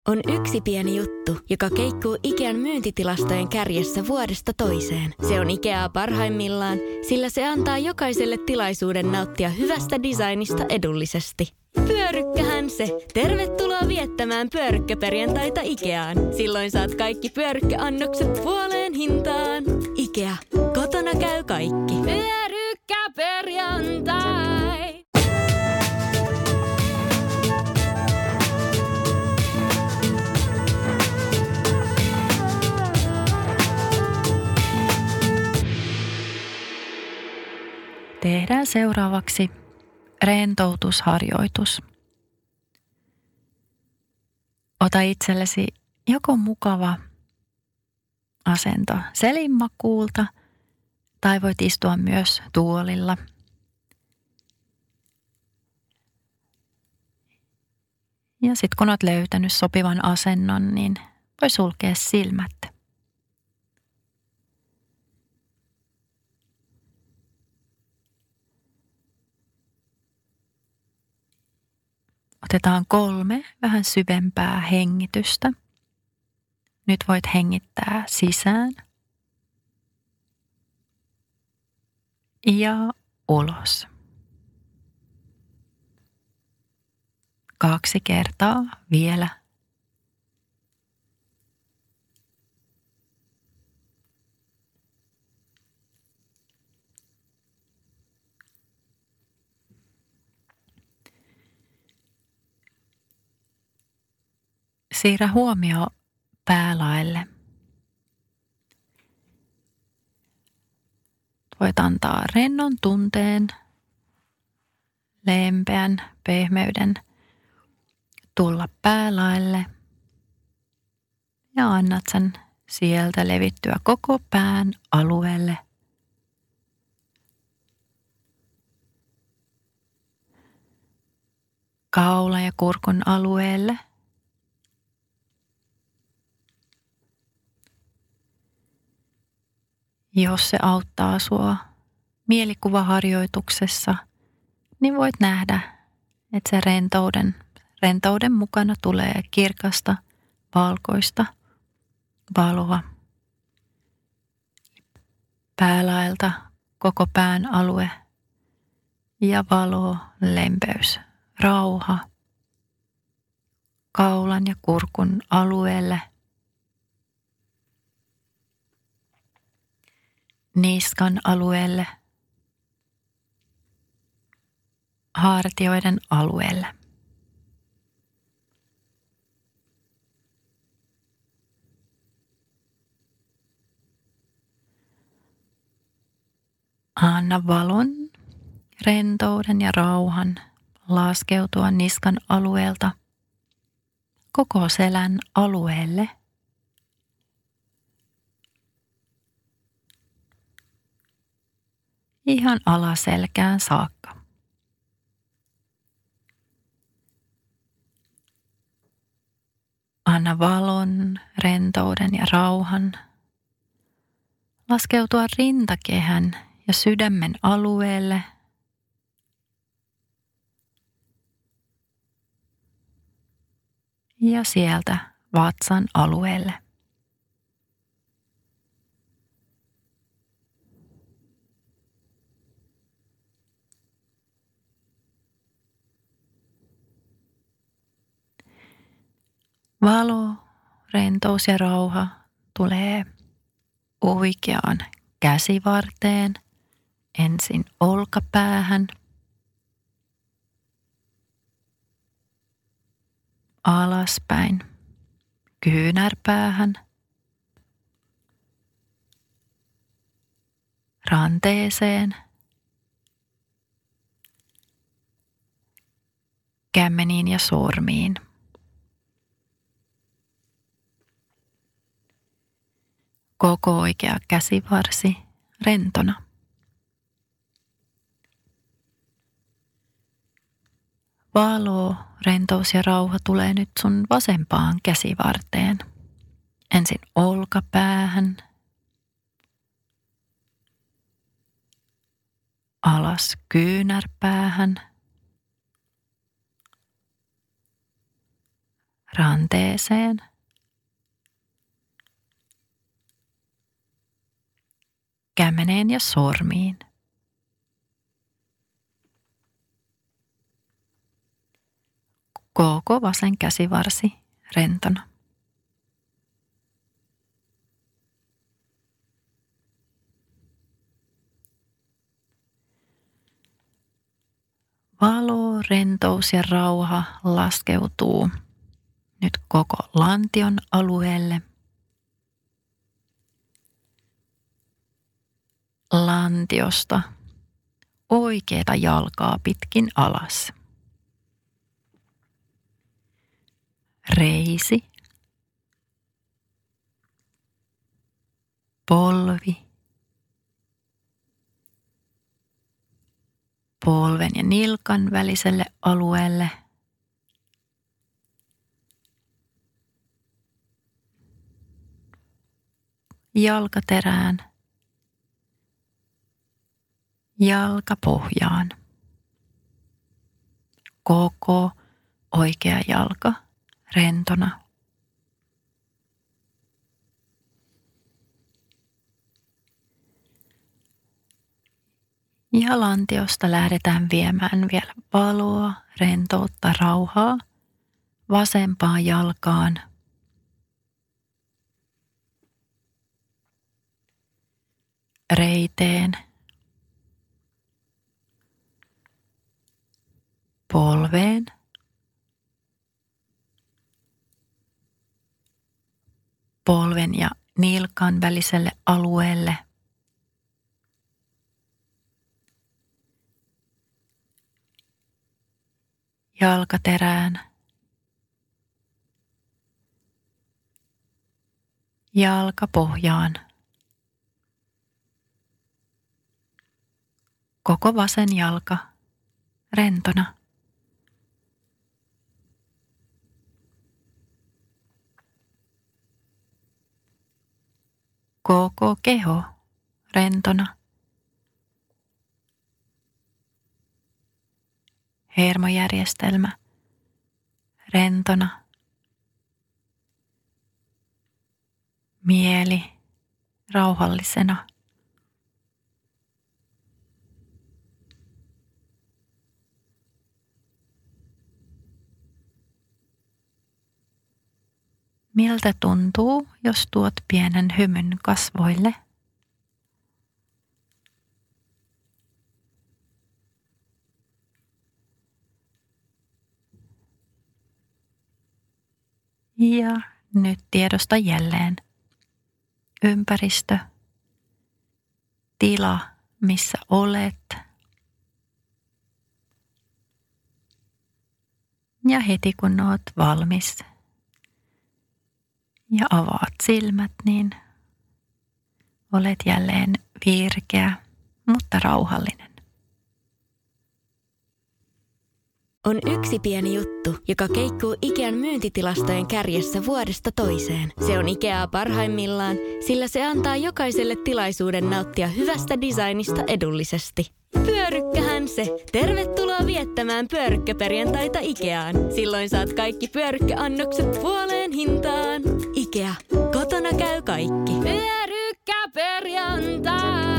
On yksi pieni juttu, joka keikkuu Ikean myyntitilastojen kärjessä vuodesta toiseen. Se on Ikeaa parhaimmillaan, sillä se antaa jokaiselle tilaisuuden nauttia hyvästä designista edullisesti. Pyörykkähän se! Tervetuloa viettämään pyörykkäperjantaita Ikeaan. Silloin saat kaikki pyörykkäannokset puoleen hintaan. Ikea. Kotona käy kaikki. Pyörykkäperjantai! Tehdään seuraavaksi rentoutusharjoitus. Ota itsellesi joko mukava asento selinmakuulta tai voit istua myös tuolilla. Ja sitten kun olet löytänyt sopivan asennon, niin voi sulkea silmät. Otetaan 3 vähän syvempää hengitystä. Nyt voit hengittää sisään ja ulos. 2 kertaa vielä. Siirrä huomio päälaelle. Voit antaa rennon tunteen, lempeän pehmeyden tulla päälaelle ja annat sen sieltä levittyä koko pään alueelle. Kaula ja kurkun alueelle. Jos se auttaa sua mielikuvaharjoituksessa, niin voit nähdä, että se rentouden mukana tulee kirkasta, valkoista valoa. Päälaelta koko pään alue ja valo, lempeys, rauha kaulan ja kurkun alueelle. Niskan alueelle, hartioiden alueelle. Anna valon, rentouden ja rauhan laskeutua niskan alueelta koko selän alueelle. Ihan alaselkään saakka. Anna valon, rentouden ja rauhan laskeutua rintakehän ja sydämen alueelle. Ja sieltä vatsan alueelle. Valo, rentous ja rauha tulee oikeaan käsivarteen, ensin olkapäähän, alaspäin kyynärpäähän, ranteeseen, kämmeniin ja sormiin. Koko oikea käsivarsi rentona. Valo, rentous ja rauha tulee nyt sun vasempaan käsivarteen. Ensin olkapäähän, alas kyynärpäähän, ranteeseen, kämmeneen ja sormiin. Koko vasen käsivarsi rentona. Valo, rentous ja rauha laskeutuu nyt koko lantion alueelle. Lantiosta oikeata jalkaa pitkin alas. Reisi, polvi, polven ja nilkan väliselle alueelle. Jalkaterään, jalkapohjaan. Koko oikea jalka rentona. Ja lantiosta lähdetään viemään vielä valoa, rentoutta, rauhaa vasempaan jalkaan. Reiteen, polveen, polven ja nilkan väliselle alueelle. Jalkaterään, jalkapohjaan. Koko vasen jalka rentona. Koko keho rentona. Hermojärjestelmä rentona. Mieli rauhallisena. Miltä tuntuu, jos tuot pienen hymyn kasvoille? Ja nyt tiedosta jälleen ympäristö, tila, missä olet. Ja heti kun oot valmis ja avaat silmät, niin olet jälleen virkeä, mutta rauhallinen. On yksi pieni juttu, joka keikkuu Ikean myyntitilastojen kärjessä vuodesta toiseen. Se on Ikeaa parhaimmillaan, sillä se antaa jokaiselle tilaisuuden nauttia hyvästä designista edullisesti. Pyörykkähän se! Tervetuloa viettämään pyörykkäperjantaita Ikeaan. Silloin saat kaikki pyörykkäannokset puoleen hintaan. Ikea. Kotona käy kaikki. Pyörykkäperjantai!